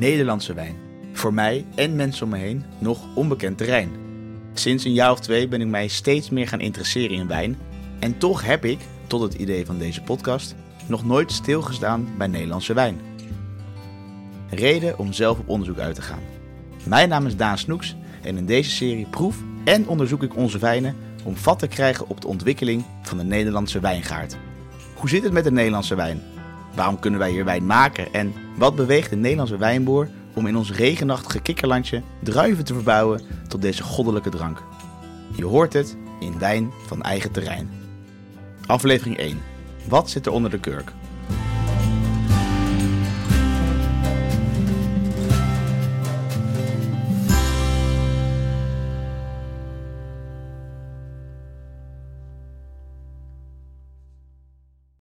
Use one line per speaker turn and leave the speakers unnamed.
Nederlandse wijn. Voor mij en mensen om me heen nog onbekend terrein. Sinds een jaar of 2 ben ik mij steeds meer gaan interesseren in wijn. En toch heb ik, tot het idee van deze podcast, nog nooit stilgestaan bij Nederlandse wijn. Reden om zelf op onderzoek uit te gaan. Mijn naam is Daan Snoeks en in deze serie proef en onderzoek ik onze wijnen om vat te krijgen op de ontwikkeling van de Nederlandse wijngaard. Hoe zit het met de Nederlandse wijn? Waarom kunnen wij hier wijn maken? En wat beweegt de Nederlandse wijnboer om in ons regenachtige kikkerlandje druiven te verbouwen tot deze goddelijke drank? Je hoort het in Wijn van Eigen Terrein. Aflevering 1. Wat zit er onder de kurk?